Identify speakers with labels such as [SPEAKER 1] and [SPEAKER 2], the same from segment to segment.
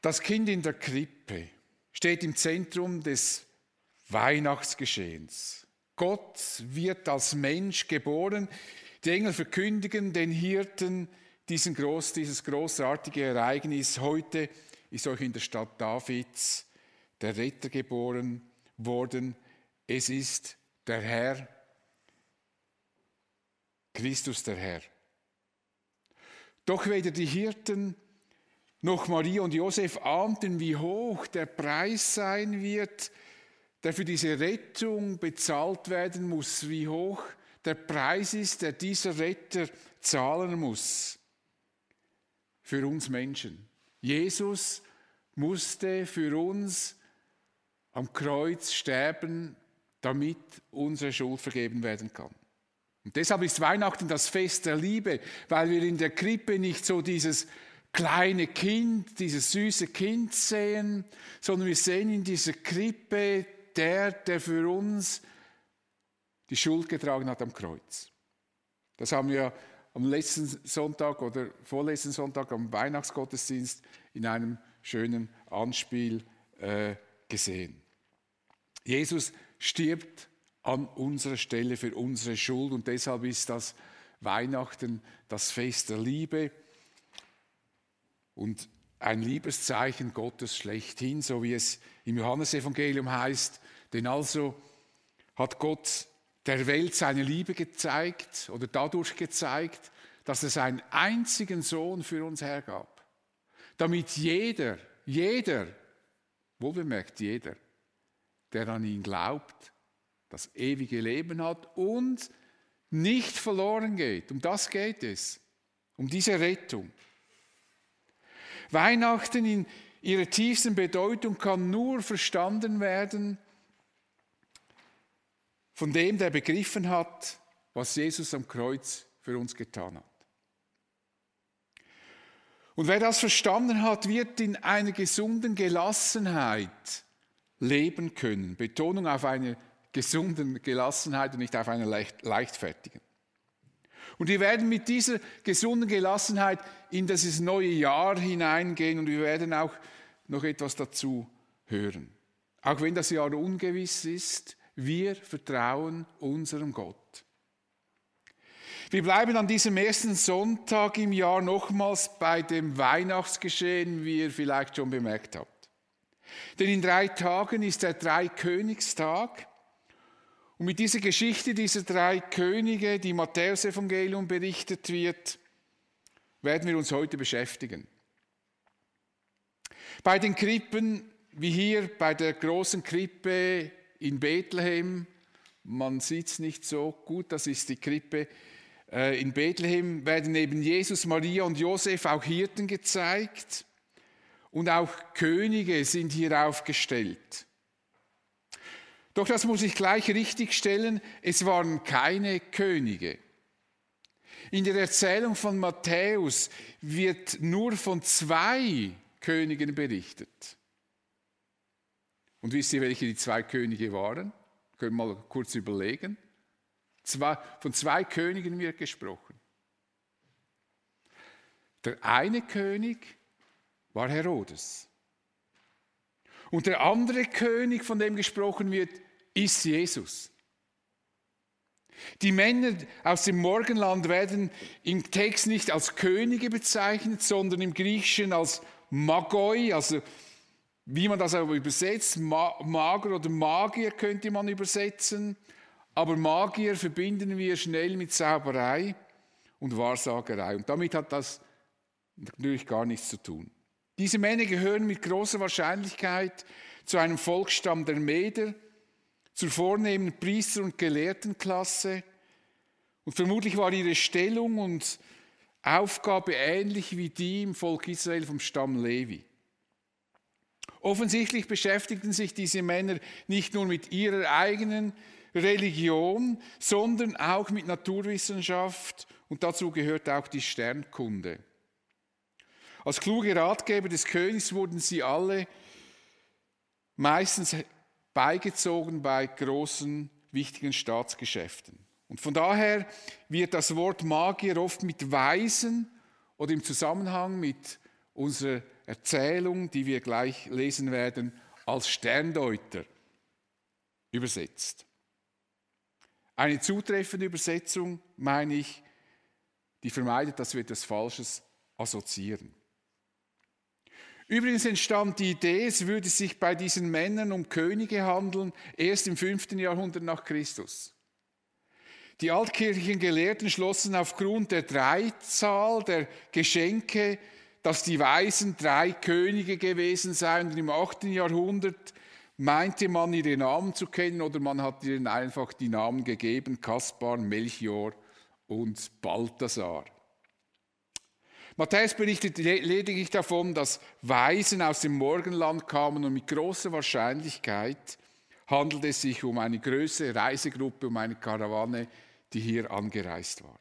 [SPEAKER 1] Das Kind in der Krippe steht im Zentrum des Weihnachtsgeschehens. Gott wird als Mensch geboren. Die Engel verkündigen den Hirten dieses großartige Ereignis. Heute ist euch in der Stadt Davids der Retter geboren worden. Es ist der Herr, Christus der Herr. Doch weder die Hirten noch Maria und Josef ahnten, wie hoch der Preis sein wird, der für diese Rettung bezahlt werden muss, wie hoch der Preis ist, der dieser Retter zahlen muss für uns Menschen. Jesus musste für uns am Kreuz sterben, damit unsere Schuld vergeben werden kann. Und deshalb ist Weihnachten das Fest der Liebe, weil wir in der Krippe nicht so dieses kleine Kind, dieses süße Kind sehen, sondern wir sehen in dieser Krippe der für uns die Schuld getragen hat am Kreuz. Das haben wir am letzten Sonntag oder vorletzten Sonntag am Weihnachtsgottesdienst in einem schönen Anspiel gesehen. Jesus stirbt an unserer Stelle für unsere Schuld und deshalb ist das Weihnachten das Fest der Liebe und ein Liebeszeichen Gottes schlechthin, so wie es im Johannesevangelium heißt. Denn also hat Gott der Welt seine Liebe gezeigt oder dadurch gezeigt, dass er seinen einzigen Sohn für uns hergab. Damit jeder, wohlbemerkt jeder, der an ihn glaubt, das ewige Leben hat und nicht verloren geht. Um das geht es, um diese Rettung. Weihnachten in ihrer tiefsten Bedeutung kann nur verstanden werden von dem, der begriffen hat, was Jesus am Kreuz für uns getan hat. Und wer das verstanden hat, wird in einer gesunden Gelassenheit leben können. Betonung auf einer gesunden Gelassenheit und nicht auf einer leichtfertigen. Und wir werden mit dieser gesunden Gelassenheit in dieses neue Jahr hineingehen und wir werden auch noch etwas dazu hören. Auch wenn das Jahr ungewiss ist, wir vertrauen unserem Gott. Wir bleiben an diesem ersten Sonntag im Jahr nochmals bei dem Weihnachtsgeschehen, wie ihr vielleicht schon bemerkt habt. Denn in 3 Tagen ist der Dreikönigstag. Und mit dieser Geschichte dieser 3 Könige, die im Matthäusevangelium berichtet wird, werden wir uns heute beschäftigen. Bei den Krippen, wie hier bei der großen Krippe in Bethlehem, man sieht es nicht so gut, das ist die Krippe in Bethlehem, werden neben Jesus, Maria und Josef auch Hirten gezeigt und auch Könige sind hier aufgestellt. Doch das muss ich gleich richtigstellen, es waren keine Könige. In der Erzählung von Matthäus wird nur von 2 Königen berichtet. Und wisst ihr, welche die 2 Könige waren? Können wir mal kurz überlegen. Von 2 Königen wird gesprochen. Der eine König war Herodes. Und der andere König, von dem gesprochen wird, ist Jesus. Die Männer aus dem Morgenland werden im Text nicht als Könige bezeichnet, sondern im Griechischen als Magoi, also wie man das aber übersetzt, Mager oder Magier könnte man übersetzen, aber Magier verbinden wir schnell mit Zauberei und Wahrsagerei und damit hat das natürlich gar nichts zu tun. Diese Männer gehören mit großer Wahrscheinlichkeit zu einem Volksstamm der Meder, zur vornehmen Priester- und Gelehrtenklasse. Und vermutlich war ihre Stellung und Aufgabe ähnlich wie die im Volk Israel vom Stamm Levi. Offensichtlich beschäftigten sich diese Männer nicht nur mit ihrer eigenen Religion, sondern auch mit Naturwissenschaft und dazu gehört auch die Sternkunde. Als kluge Ratgeber des Königs wurden sie alle meistens beigezogen bei großen, wichtigen Staatsgeschäften. Und von daher wird das Wort Magier oft mit Weisen oder im Zusammenhang mit unserer Erzählung, die wir gleich lesen werden, als Sterndeuter übersetzt. Eine zutreffende Übersetzung, meine ich, die vermeidet, dass wir etwas Falsches assoziieren. Übrigens entstand die Idee, es würde sich bei diesen Männern um Könige handeln, erst im 5. Jahrhundert nach Christus. Die altkirchlichen Gelehrten schlossen aufgrund der Dreizahl der Geschenke, dass die Weisen 3 Könige gewesen seien. Und im 8. Jahrhundert meinte man, ihre Namen zu kennen, oder man hat ihnen einfach die Namen gegeben: Kaspar, Melchior und Balthasar. Matthäus berichtet lediglich davon, dass Weisen aus dem Morgenland kamen, und mit großer Wahrscheinlichkeit handelt es sich um eine größere Reisegruppe, um eine Karawane, die hier angereist war.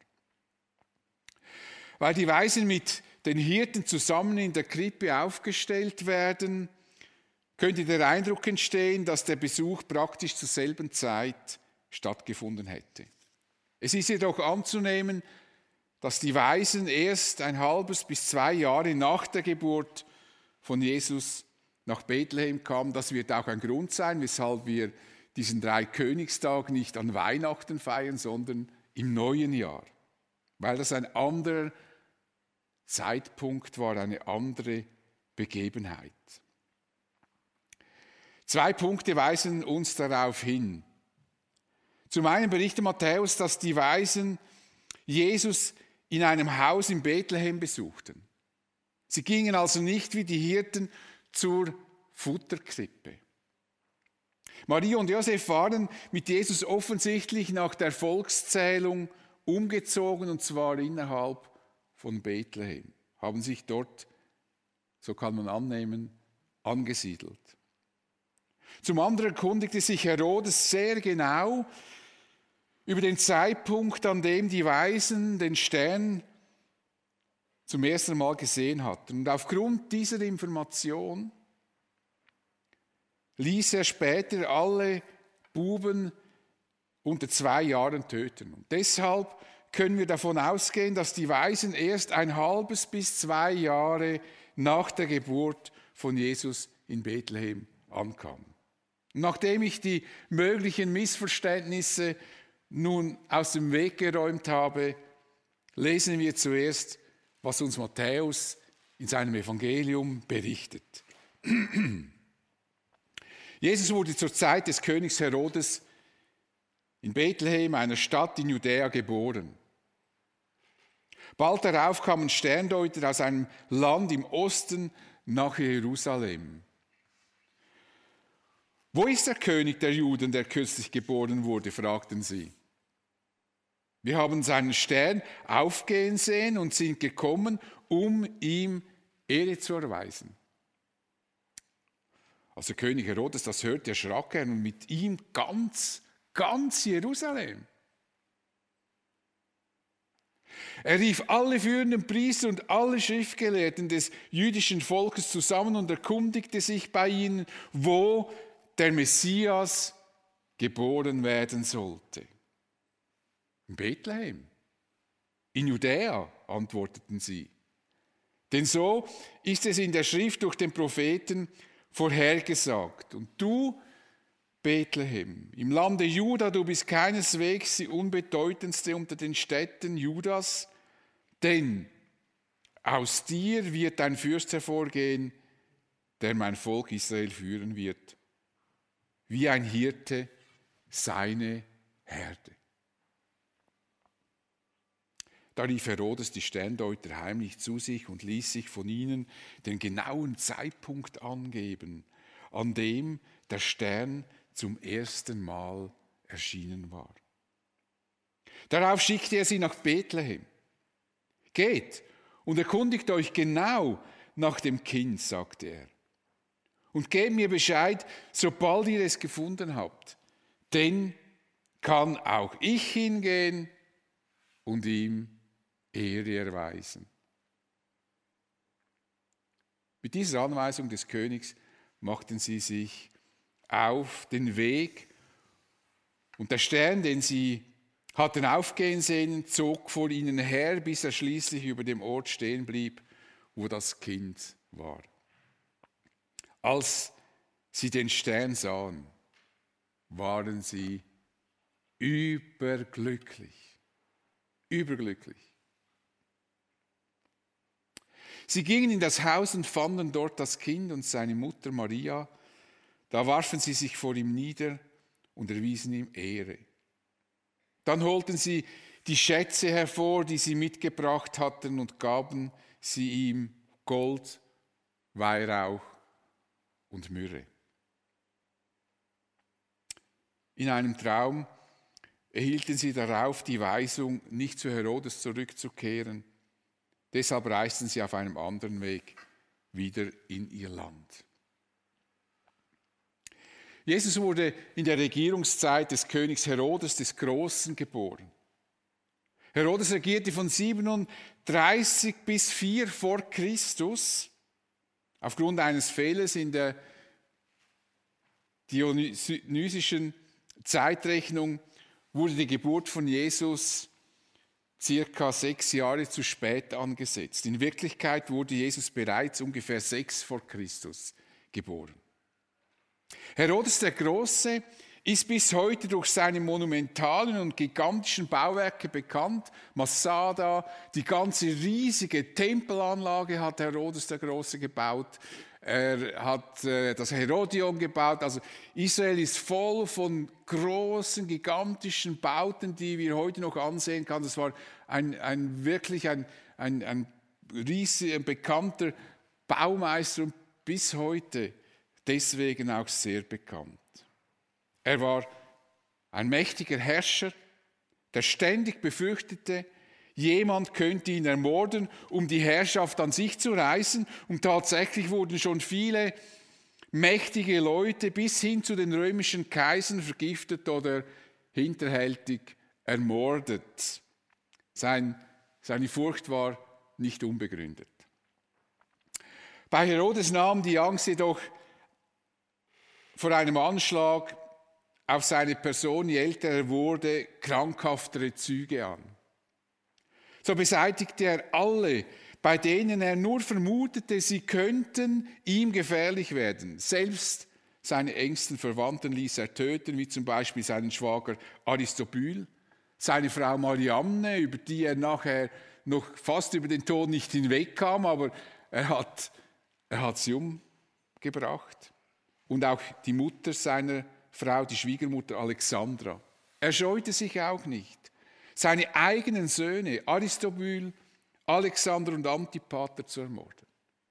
[SPEAKER 1] Weil die Weisen mit den Hirten zusammen in der Krippe aufgestellt werden, könnte der Eindruck entstehen, dass der Besuch praktisch zur selben Zeit stattgefunden hätte. Es ist jedoch anzunehmen, dass die Weisen erst 1,5 bis 2 Jahre nach der Geburt von Jesus nach Bethlehem kamen. Das wird auch ein Grund sein, weshalb wir diesen 3 Königstag nicht an Weihnachten feiern, sondern im neuen Jahr, weil das ein anderer Zeitpunkt war, eine andere Begebenheit. 2 Punkte weisen uns darauf hin. Zum einen berichtet Matthäus, dass die Weisen Jesus in einem Haus in Bethlehem besuchten. Sie gingen also nicht wie die Hirten zur Futterkrippe. Maria und Josef waren mit Jesus offensichtlich nach der Volkszählung umgezogen, und zwar innerhalb von Bethlehem, haben sich dort, so kann man annehmen, angesiedelt. Zum anderen erkundigte sich Herodes sehr genau über den Zeitpunkt, an dem die Weisen den Stern zum ersten Mal gesehen hatten. Und aufgrund dieser Information ließ er später alle Buben unter 2 Jahren töten. Und deshalb können wir davon ausgehen, dass die Weisen erst 1,5 bis 2 Jahre nach der Geburt von Jesus in Bethlehem ankamen. Und nachdem ich die möglichen Missverständnisse nun aus dem Weg geräumt habe, lesen wir zuerst, was uns Matthäus in seinem Evangelium berichtet. Jesus wurde zur Zeit des Königs Herodes in Bethlehem, einer Stadt in Judäa, geboren. Bald darauf kamen Sterndeuter aus einem Land im Osten nach Jerusalem. Wo ist der König der Juden, der kürzlich geboren wurde, fragten sie. Wir haben seinen Stern aufgehen sehen und sind gekommen, um ihm Ehre zu erweisen. Als der König Herodes das hörte, erschrak er, und mit ihm ganz Jerusalem. Er rief alle führenden Priester und alle Schriftgelehrten des jüdischen Volkes zusammen und erkundigte sich bei ihnen, wo der Messias geboren werden sollte. In Bethlehem, in Judäa, antworteten sie. Denn so ist es in der Schrift durch den Propheten vorhergesagt. Und du, Bethlehem, im Lande Juda, du bist keineswegs die unbedeutendste unter den Städten Judas, denn aus dir wird ein Fürst hervorgehen, der mein Volk Israel führen wird, wie ein Hirte seine Herde. Da rief Herodes die Sterndeuter heimlich zu sich und ließ sich von ihnen den genauen Zeitpunkt angeben, an dem der Stern zum ersten Mal erschienen war. Darauf schickte er sie nach Bethlehem. Geht und erkundigt euch genau nach dem Kind, sagte er. Und gebt mir Bescheid, sobald ihr es gefunden habt. Denn kann auch ich hingehen und ihm Ehre erweisen. Mit dieser Anweisung des Königs machten sie sich auf den Weg, und der Stern, den sie hatten aufgehen sehen, zog vor ihnen her, bis er schließlich über dem Ort stehen blieb, wo das Kind war. Als sie den Stern sahen, waren sie überglücklich. Überglücklich. Sie gingen in das Haus und fanden dort das Kind und seine Mutter Maria. Da warfen sie sich vor ihm nieder und erwiesen ihm Ehre. Dann holten sie die Schätze hervor, die sie mitgebracht hatten, und gaben sie ihm Gold, Weihrauch und Myrrhe. In einem Traum erhielten sie darauf die Weisung, nicht zu Herodes zurückzukehren. Deshalb reisten sie auf einem anderen Weg wieder in ihr Land. Jesus wurde in der Regierungszeit des Königs Herodes des Großen geboren. Herodes regierte von 37 bis 4 vor Christus. Aufgrund eines Fehlers in der dionysischen Zeitrechnung wurde die Geburt von Jesus circa 6 Jahre zu spät angesetzt. In Wirklichkeit wurde Jesus bereits ungefähr 6 vor Christus geboren. Herodes der Große ist bis heute durch seine monumentalen und gigantischen Bauwerke bekannt. Masada, die ganze riesige Tempelanlage hat Herodes der Große gebaut. Er hat das Herodion gebaut. Also Israel ist voll von großen, gigantischen Bauten, die wir heute noch ansehen können. Das war wirklich ein riesiger, bekannter Baumeister und bis heute deswegen auch sehr bekannt. Er war ein mächtiger Herrscher, der ständig befürchtete, jemand könnte ihn ermorden, um die Herrschaft an sich zu reißen. Und tatsächlich wurden schon viele mächtige Leute bis hin zu den römischen Kaisern vergiftet oder hinterhältig ermordet. Seine Furcht war nicht unbegründet. Bei Herodes nahm die Angst jedoch vor einem Anschlag auf seine Person, je älter er wurde, krankhaftere Züge an. So beseitigte er alle, bei denen er nur vermutete, sie könnten ihm gefährlich werden. Selbst seine engsten Verwandten ließ er töten, wie zum Beispiel seinen Schwager Aristobyl, seine Frau Mariamne, über die er nachher noch fast über den Tod nicht hinwegkam, aber er hat sie umgebracht. Und auch die Mutter seiner Frau, die Schwiegermutter Alexandra. Er scheute sich auch nicht, seine eigenen Söhne Aristobyl, Alexander und Antipater zu ermorden.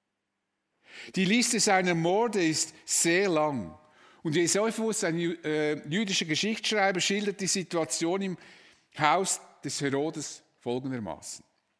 [SPEAKER 1] Die Liste seiner Morde ist sehr lang. Und Josephus, ein jüdischer Geschichtsschreiber, schildert die Situation im Haus des Herodes folgendermaßen.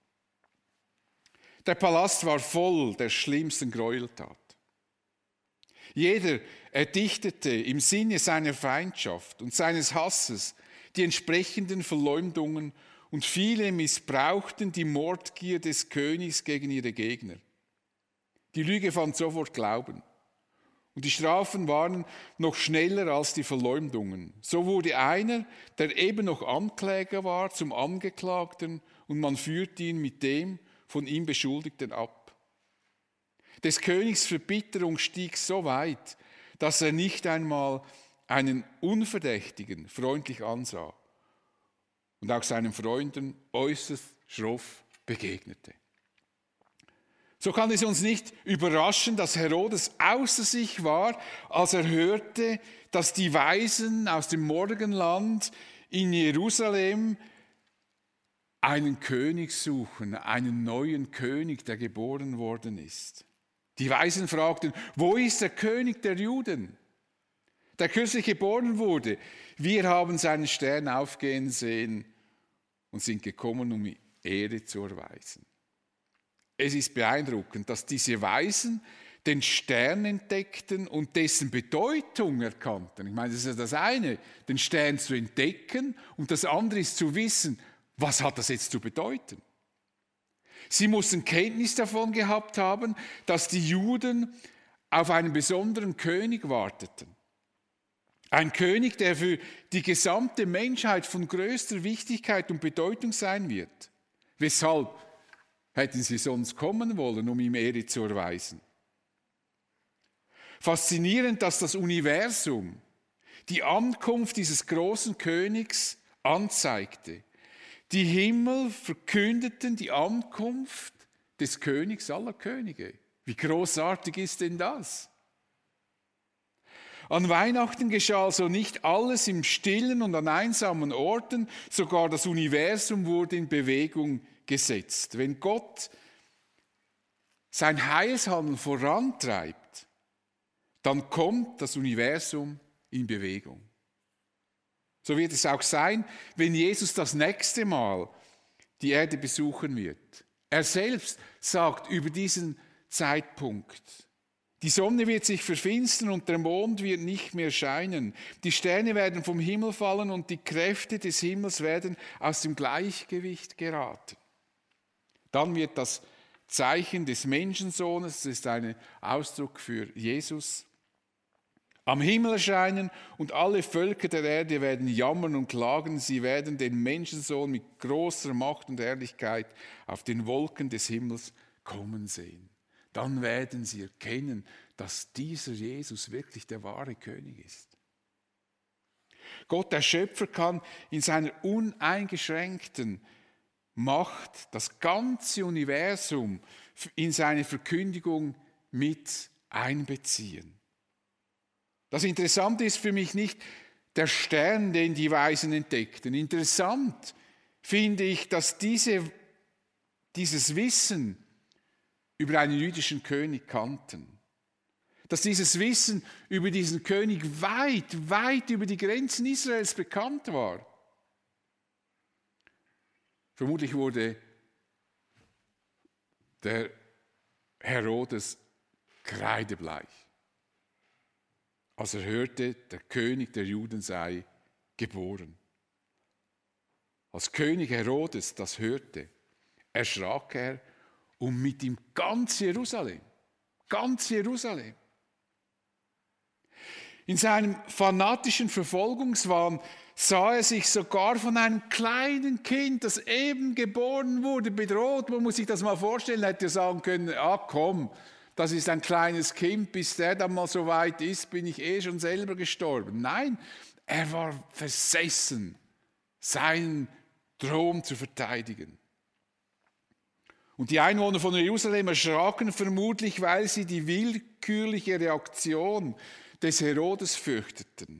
[SPEAKER 1] Der Palast war voll der schlimmsten Gräueltat. Jeder erdichtete im Sinne seiner Feindschaft und seines Hasses die entsprechenden Verleumdungen und viele missbrauchten die Mordgier des Königs gegen ihre Gegner. Die Lüge fand sofort Glauben und die Strafen waren noch schneller als die Verleumdungen. So wurde einer, der eben noch Ankläger war, zum Angeklagten und man führte ihn mit dem von ihm Beschuldigten ab. Des Königs Verbitterung stieg so weit, dass er nicht einmal einen Unverdächtigen freundlich ansah und auch seinen Freunden äußerst schroff begegnete. So kann es uns nicht überraschen, dass Herodes außer sich war, als er hörte, dass die Weisen aus dem Morgenland in Jerusalem einen König suchen, einen neuen König, der geboren worden ist. Die Weisen fragten, wo ist der König der Juden, der kürzlich geboren wurde? Wir haben seinen Stern aufgehen sehen und sind gekommen, um ihm Ehre zu erweisen. Es ist beeindruckend, dass diese Weisen den Stern entdeckten und dessen Bedeutung erkannten. Ich meine, das ist ja das eine, den Stern zu entdecken, und das andere ist zu wissen, was hat das jetzt zu bedeuten? Sie mussten Kenntnis davon gehabt haben, dass die Juden auf einen besonderen König warteten. Ein König, der für die gesamte Menschheit von größter Wichtigkeit und Bedeutung sein wird. Weshalb Hätten sie sonst kommen wollen, um ihm Ehre zu erweisen. Faszinierend, dass das Universum die Ankunft dieses großen Königs anzeigte. Die Himmel verkündeten die Ankunft des Königs aller Könige. Wie großartig ist denn das? An Weihnachten geschah also nicht alles im Stillen und an einsamen Orten, sogar das Universum wurde in Bewegung gesetzt. Wenn Gott sein Heilshandeln vorantreibt, dann kommt das Universum in Bewegung. So wird es auch sein, wenn Jesus das nächste Mal die Erde besuchen wird. Er selbst sagt über diesen Zeitpunkt: Die Sonne wird sich verfinstern und der Mond wird nicht mehr scheinen. Die Sterne werden vom Himmel fallen und die Kräfte des Himmels werden aus dem Gleichgewicht geraten. Dann wird das Zeichen des Menschensohnes, das ist ein Ausdruck für Jesus, am Himmel erscheinen und alle Völker der Erde werden jammern und klagen. Sie werden den Menschensohn mit großer Macht und Herrlichkeit auf den Wolken des Himmels kommen sehen. Dann werden sie erkennen, dass dieser Jesus wirklich der wahre König ist. Gott, der Schöpfer, kann in seiner uneingeschränkten Macht das ganze Universum in seine Verkündigung mit einbeziehen. Das Interessante ist für mich nicht der Stern, den die Weisen entdeckten. Interessant finde ich, dass dieses Wissen über einen jüdischen König kannten. Dass dieses Wissen über diesen König weit, weit über die Grenzen Israels bekannt war. Vermutlich wurde der Herodes kreidebleich, als er hörte, der König der Juden sei geboren. Als König Herodes das hörte, erschrak er und mit ihm ganz Jerusalem. Ganz Jerusalem. In seinem fanatischen Verfolgungswahn sah er sich sogar von einem kleinen Kind, das eben geboren wurde, bedroht. Man muss sich das mal vorstellen, hätte er sagen können: Komm, das ist ein kleines Kind, bis der dann mal so weit ist, bin ich schon selber gestorben. Nein, er war versessen, seinen Thron zu verteidigen. Und die Einwohner von Jerusalem erschraken vermutlich, weil sie die willkürliche Reaktion des Herodes fürchteten.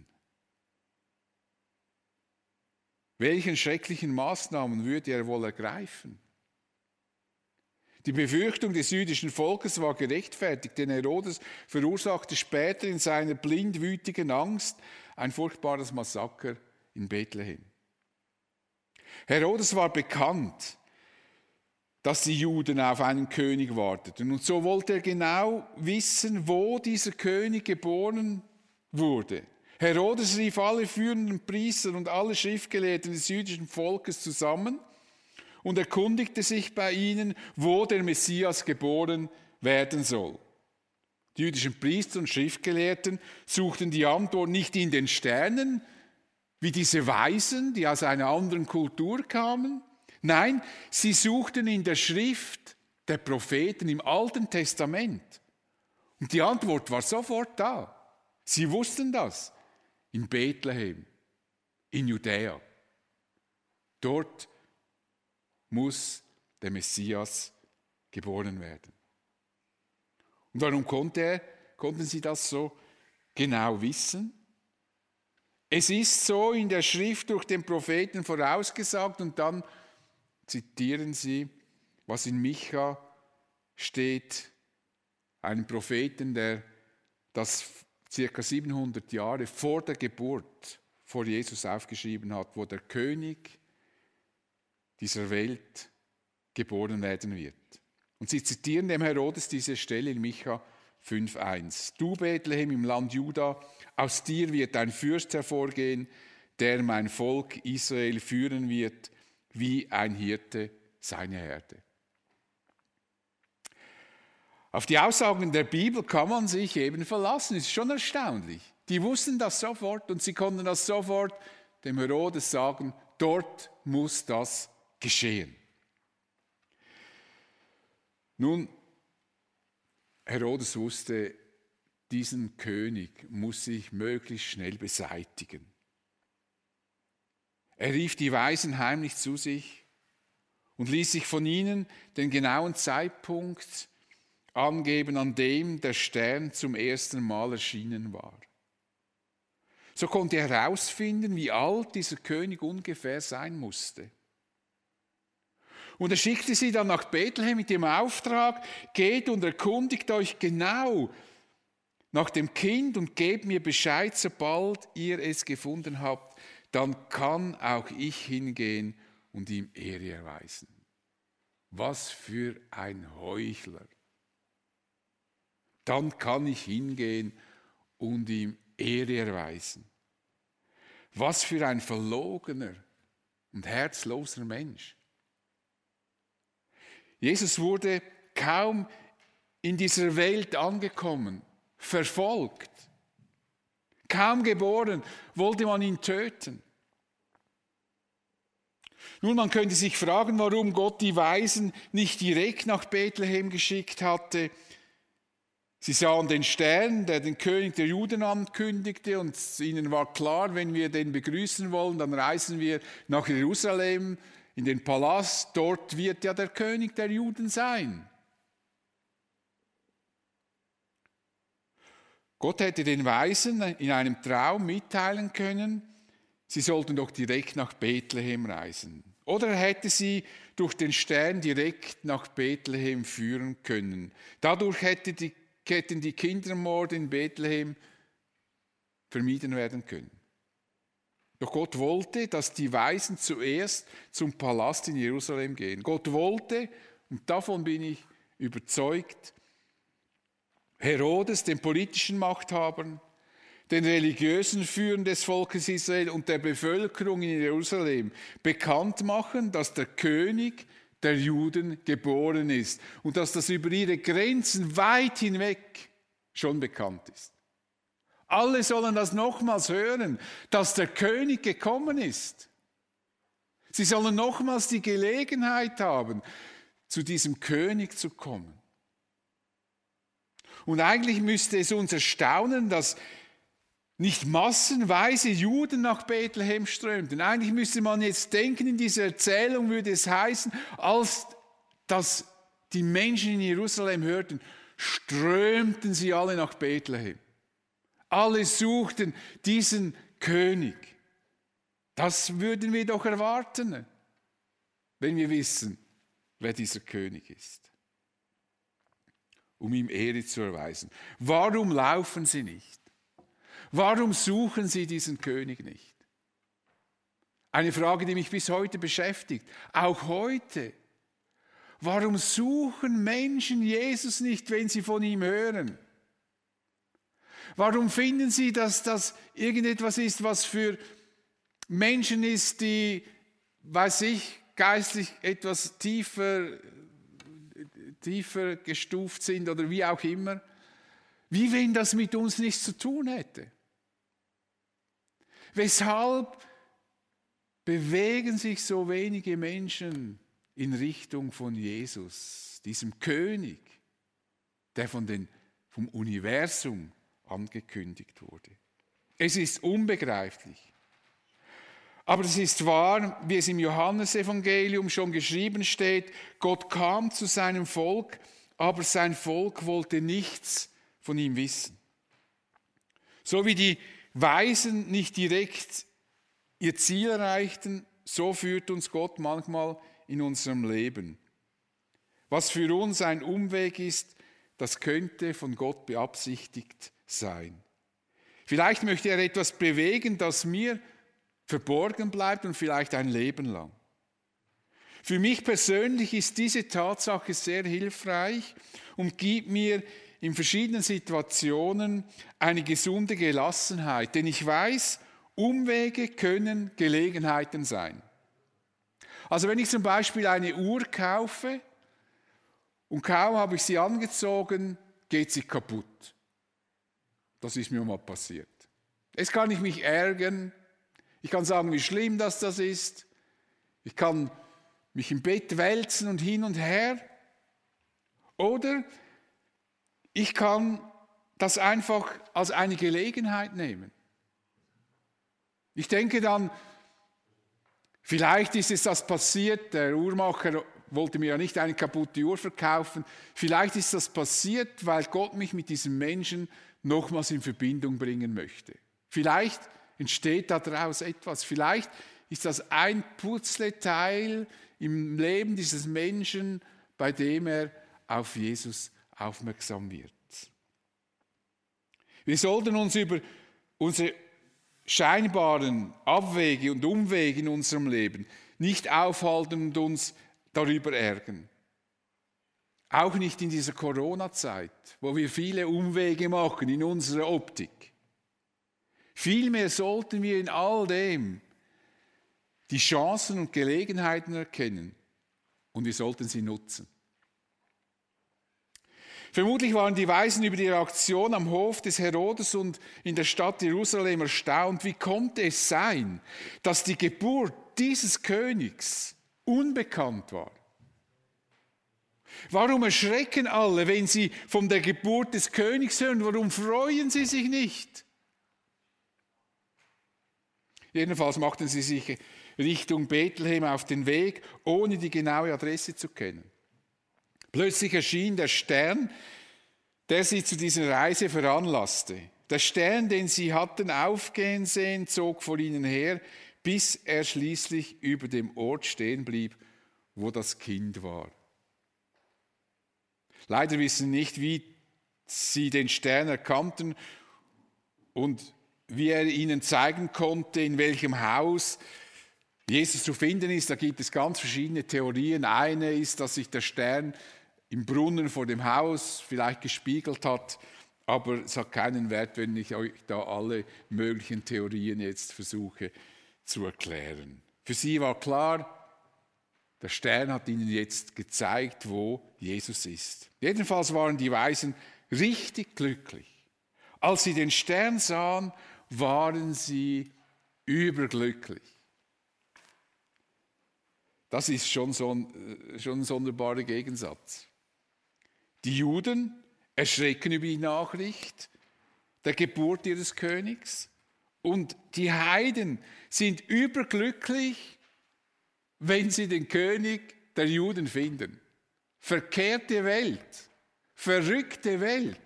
[SPEAKER 1] Welchen schrecklichen Maßnahmen würde er wohl ergreifen? Die Befürchtung des jüdischen Volkes war gerechtfertigt, denn Herodes verursachte später in seiner blindwütigen Angst ein furchtbares Massaker in Bethlehem. Herodes war bekannt, dass die Juden auf einen König warteten. Und so wollte er genau wissen, wo dieser König geboren wurde. Herodes rief alle führenden Priester und alle Schriftgelehrten des jüdischen Volkes zusammen und erkundigte sich bei ihnen, wo der Messias geboren werden soll. Die jüdischen Priester und Schriftgelehrten suchten die Antwort nicht in den Sternen, wie diese Weisen, die aus einer anderen Kultur kamen. Nein, sie suchten in der Schrift der Propheten im Alten Testament. Und die Antwort war sofort da. Sie wussten das. In Bethlehem, in Judäa. Dort muss der Messias geboren werden. Und warum konnten sie das so genau wissen? Es ist so in der Schrift durch den Propheten vorausgesagt, und dann zitieren sie, was in Micha steht, einen Propheten, der das ca. 700 Jahre vor der Geburt vor Jesus aufgeschrieben hat, wo der König dieser Welt geboren werden wird. Und sie zitieren dem Herodes diese Stelle in Micha 5,1. Du, Bethlehem im Land Juda, aus dir wird ein Fürst hervorgehen, der mein Volk Israel führen wird, wie ein Hirte seine Herde. Auf die Aussagen der Bibel kann man sich eben verlassen. Ist schon erstaunlich. Die wussten das sofort und sie konnten das sofort dem Herodes sagen, dort muss das geschehen. Nun, Herodes wusste, diesen König muss ich möglichst schnell beseitigen. Er rief die Weisen heimlich zu sich und ließ sich von ihnen den genauen Zeitpunkt angeben, an dem der Stern zum ersten Mal erschienen war. So konnte er herausfinden, wie alt dieser König ungefähr sein musste. Und er schickte sie dann nach Bethlehem mit dem Auftrag: Geht und erkundigt euch genau nach dem Kind und gebt mir Bescheid, sobald ihr es gefunden habt. Dann kann auch ich hingehen und ihm Ehre erweisen. Was für ein Heuchler. Dann kann ich hingehen und ihm Ehre erweisen. Was für ein verlogener und herzloser Mensch. Jesus wurde kaum in dieser Welt angekommen, verfolgt. Kaum geboren, wollte man ihn töten. Nun, man könnte sich fragen, warum Gott die Weisen nicht direkt nach Bethlehem geschickt hatte. Sie sahen den Stern, der den König der Juden ankündigte, und ihnen war klar, wenn wir den begrüßen wollen, dann reisen wir nach Jerusalem, in den Palast. Dort wird ja der König der Juden sein. Gott hätte den Weisen in einem Traum mitteilen können, sie sollten doch direkt nach Bethlehem reisen. Oder er hätte sie durch den Stern direkt nach Bethlehem führen können. Dadurch hätten die Kindermorde in Bethlehem vermieden werden können. Doch Gott wollte, dass die Weisen zuerst zum Palast in Jerusalem gehen. Gott wollte, und davon bin ich überzeugt, Herodes, den politischen Machthabern, den religiösen Führern des Volkes Israel und der Bevölkerung in Jerusalem bekannt machen, dass der König der Juden geboren ist und dass das über ihre Grenzen weit hinweg schon bekannt ist. Alle sollen das nochmals hören, dass der König gekommen ist. Sie sollen nochmals die Gelegenheit haben, zu diesem König zu kommen. Und eigentlich müsste es uns erstaunen, dass nicht massenweise Juden nach Bethlehem strömten. Eigentlich müsste man jetzt denken, in dieser Erzählung würde es heißen, als dass die Menschen in Jerusalem hörten, strömten sie alle nach Bethlehem. Alle suchten diesen König. Das würden wir doch erwarten, wenn wir wissen, wer dieser König ist. Um ihm Ehre zu erweisen. Warum laufen sie nicht? Warum suchen sie diesen König nicht? Eine Frage, die mich bis heute beschäftigt. Auch heute. Warum suchen Menschen Jesus nicht, wenn sie von ihm hören? Warum finden sie, dass das irgendetwas ist, was für Menschen ist, die, weiß ich, geistlich etwas tiefer gestuft sind oder wie auch immer? Wie wenn das mit uns nichts zu tun hätte. Weshalb bewegen sich so wenige Menschen in Richtung von Jesus, diesem König, der vom Universum angekündigt wurde? Es ist unbegreiflich. Aber es ist wahr, wie es im Johannesevangelium schon geschrieben steht, Gott kam zu seinem Volk, aber sein Volk wollte nichts von ihm wissen. So wie die Weisen nicht direkt ihr Ziel erreichten, so führt uns Gott manchmal in unserem Leben. Was für uns ein Umweg ist, das könnte von Gott beabsichtigt sein. Vielleicht möchte er etwas bewegen, das mir verborgen bleibt und vielleicht ein Leben lang. Für mich persönlich ist diese Tatsache sehr hilfreich und gibt mir in verschiedenen Situationen eine gesunde Gelassenheit, denn ich weiß, Umwege können Gelegenheiten sein. Also wenn ich zum Beispiel eine Uhr kaufe und kaum habe ich sie angezogen, geht sie kaputt. Das ist mir mal passiert. Jetzt kann ich mich ärgern, ich kann sagen, wie schlimm das ist, ich kann mich im Bett wälzen und hin und her. Oder ich kann das einfach als eine Gelegenheit nehmen. Ich denke dann, vielleicht ist es das passiert, der Uhrmacher wollte mir ja nicht eine kaputte Uhr verkaufen, vielleicht ist das passiert, weil Gott mich mit diesem Menschen nochmals in Verbindung bringen möchte. Vielleicht entsteht daraus etwas, vielleicht ist das ein Puzzleteil im Leben dieses Menschen, bei dem er auf Jesus aufmerksam wird. Wir sollten uns über unsere scheinbaren Abwege und Umwege in unserem Leben nicht aufhalten und uns darüber ärgern. Auch nicht in dieser Corona-Zeit, wo wir viele Umwege machen in unserer Optik. Vielmehr sollten wir in all dem die Chancen und Gelegenheiten erkennen und wir sollten sie nutzen. Vermutlich waren die Weisen über die Reaktion am Hof des Herodes und in der Stadt Jerusalem erstaunt. Wie konnte es sein, dass die Geburt dieses Königs unbekannt war? Warum erschrecken alle, wenn sie von der Geburt des Königs hören? Warum freuen sie sich nicht? Jedenfalls machten sie sich Richtung Bethlehem auf den Weg, ohne die genaue Adresse zu kennen. Plötzlich erschien der Stern, der sie zu dieser Reise veranlasste. Der Stern, den sie hatten aufgehen sehen, zog vor ihnen her, bis er schließlich über dem Ort stehen blieb, wo das Kind war. Leider wissen wir nicht, wie sie den Stern erkannten und wie er ihnen zeigen konnte, in welchem Haus Jesus zu finden ist. Da gibt es ganz verschiedene Theorien. Eine ist, dass sich der Stern im Brunnen vor dem Haus vielleicht gespiegelt hat, aber es hat keinen Wert, wenn ich euch da alle möglichen Theorien jetzt versuche zu erklären. Für sie war klar, der Stern hat ihnen jetzt gezeigt, wo Jesus ist. Jedenfalls waren die Weisen richtig glücklich. Als sie den Stern sahen, waren sie überglücklich. Das ist schon ein sonderbarer Gegensatz. Die Juden erschrecken über die Nachricht der Geburt ihres Königs und die Heiden sind überglücklich, wenn sie den König der Juden finden. Verkehrte Welt, verrückte Welt.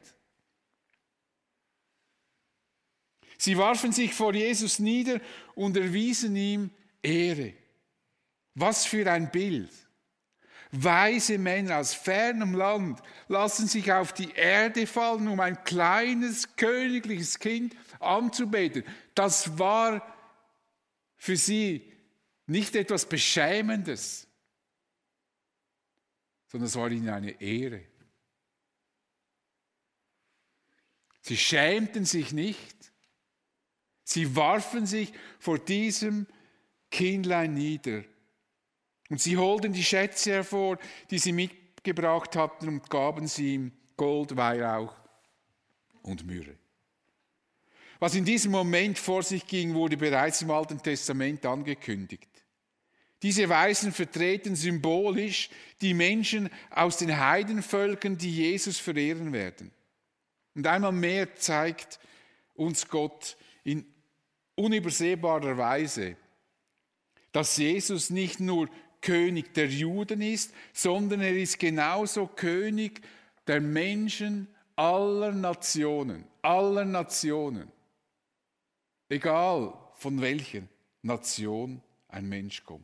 [SPEAKER 1] Sie warfen sich vor Jesus nieder und erwiesen ihm Ehre. Was für ein Bild. Weise Männer aus fernem Land lassen sich auf die Erde fallen, um ein kleines königliches Kind anzubeten. Das war für sie nicht etwas Beschämendes, sondern es war ihnen eine Ehre. Sie schämten sich nicht, sie warfen sich vor diesem Kindlein nieder. Und sie holten die Schätze hervor, die sie mitgebracht hatten, und gaben sie ihm Gold, Weihrauch und Myrrhe. Was in diesem Moment vor sich ging, wurde bereits im Alten Testament angekündigt. Diese Weisen vertreten symbolisch die Menschen aus den Heidenvölkern, die Jesus verehren werden. Und einmal mehr zeigt uns Gott in unübersehbarer Weise, dass Jesus nicht nur König der Juden ist, sondern er ist genauso König der Menschen aller Nationen, egal von welcher Nation ein Mensch kommt.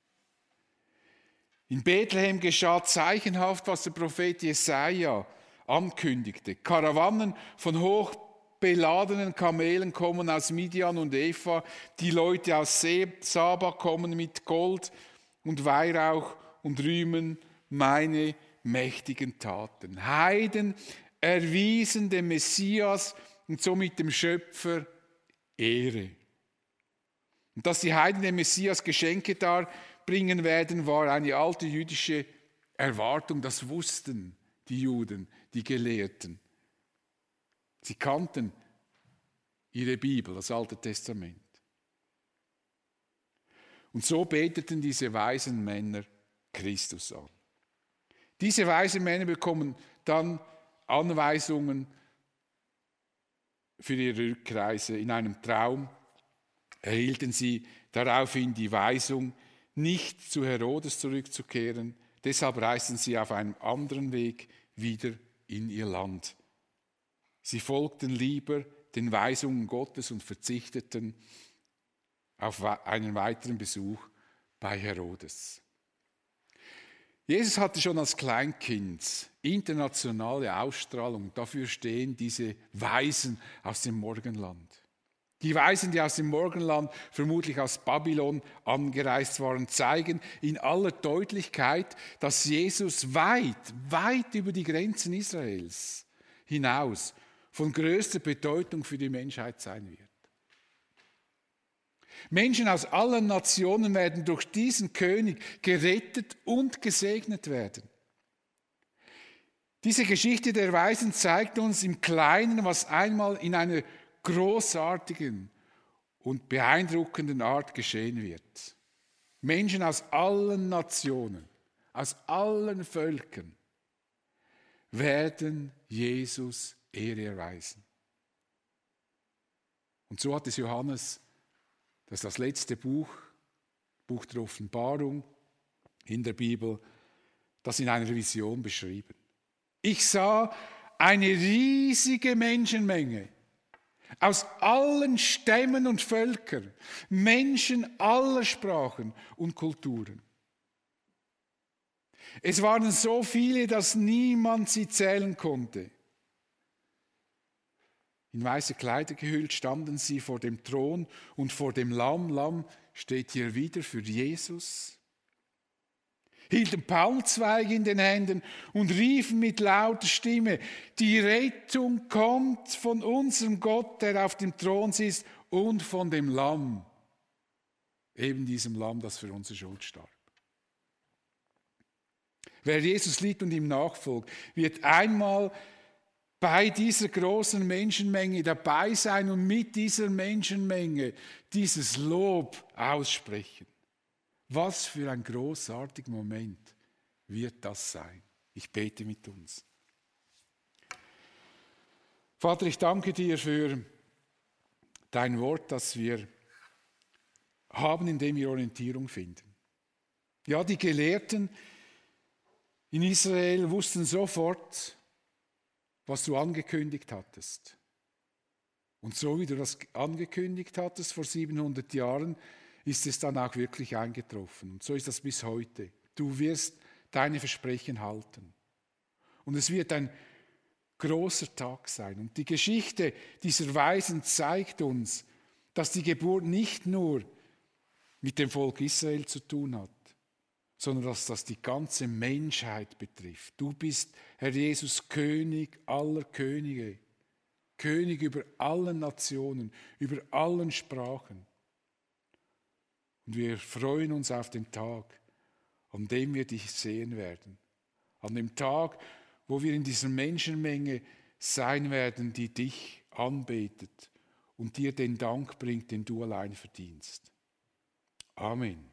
[SPEAKER 1] In Bethlehem geschah zeichenhaft, was der Prophet Jesaja ankündigte. Karawanen von hochbeladenen Kamelen kommen aus Midian und Epha, die Leute aus Saba kommen mit Gold und Weihrauch und rühmen meine mächtigen Taten. Heiden erwiesen dem Messias und somit dem Schöpfer Ehre. Und dass die Heiden dem Messias Geschenke darbringen werden, war eine alte jüdische Erwartung. Das wussten die Juden, die Gelehrten. Sie kannten ihre Bibel, das Alte Testament. Und so beteten diese weisen Männer Christus an. Diese weisen Männer bekommen dann Anweisungen für ihre Rückreise. In einem Traum erhielten sie daraufhin die Weisung, nicht zu Herodes zurückzukehren. Deshalb reisten sie auf einem anderen Weg wieder in ihr Land. Sie folgten lieber den Weisungen Gottes und verzichteten auf einen weiteren Besuch bei Herodes. Jesus hatte schon als Kleinkind internationale Ausstrahlung. Dafür stehen diese Weisen aus dem Morgenland. Die Weisen, die aus dem Morgenland, vermutlich aus Babylon angereist waren, zeigen in aller Deutlichkeit, dass Jesus weit, weit über die Grenzen Israels hinaus von größter Bedeutung für die Menschheit sein wird. Menschen aus allen Nationen werden durch diesen König gerettet und gesegnet werden. Diese Geschichte der Weisen zeigt uns im Kleinen, was einmal in einer großartigen und beeindruckenden Art geschehen wird. Menschen aus allen Nationen, aus allen Völkern werden Jesus Ehre erweisen. Und so hat es Johannes, das ist das letzte Buch der Offenbarung in der Bibel, das in einer Vision beschrieben. Ich sah eine riesige Menschenmenge aus allen Stämmen und Völkern, Menschen aller Sprachen und Kulturen. Es waren so viele, dass niemand sie zählen konnte. In weiße Kleider gehüllt standen sie vor dem Thron und vor dem Lamm. Lamm steht hier wieder für Jesus. Hielten Palmzweige in den Händen und riefen mit lauter Stimme, die Rettung kommt von unserem Gott, der auf dem Thron sitzt, und von dem Lamm. Eben diesem Lamm, das für unsere Schuld starb. Wer Jesus liebt und ihm nachfolgt, wird einmal bei dieser großen Menschenmenge dabei sein und mit dieser Menschenmenge dieses Lob aussprechen. Was für ein großartiger Moment wird das sein? Ich bete mit uns. Vater, ich danke dir für dein Wort, das wir haben, in dem wir Orientierung finden. Ja, die Gelehrten in Israel wussten sofort, was du angekündigt hattest. Und so wie du das angekündigt hattest vor 700 Jahren, ist es dann auch wirklich eingetroffen. Und so ist das bis heute. Du wirst deine Versprechen halten. Und es wird ein großer Tag sein. Und die Geschichte dieser Weisen zeigt uns, dass die Geburt nicht nur mit dem Volk Israel zu tun hat, sondern dass das die ganze Menschheit betrifft. Du bist, Herr Jesus, König aller Könige, König über allen Nationen, über allen Sprachen. Und wir freuen uns auf den Tag, an dem wir dich sehen werden. An dem Tag, wo wir in dieser Menschenmenge sein werden, die dich anbetet und dir den Dank bringt, den du allein verdienst. Amen.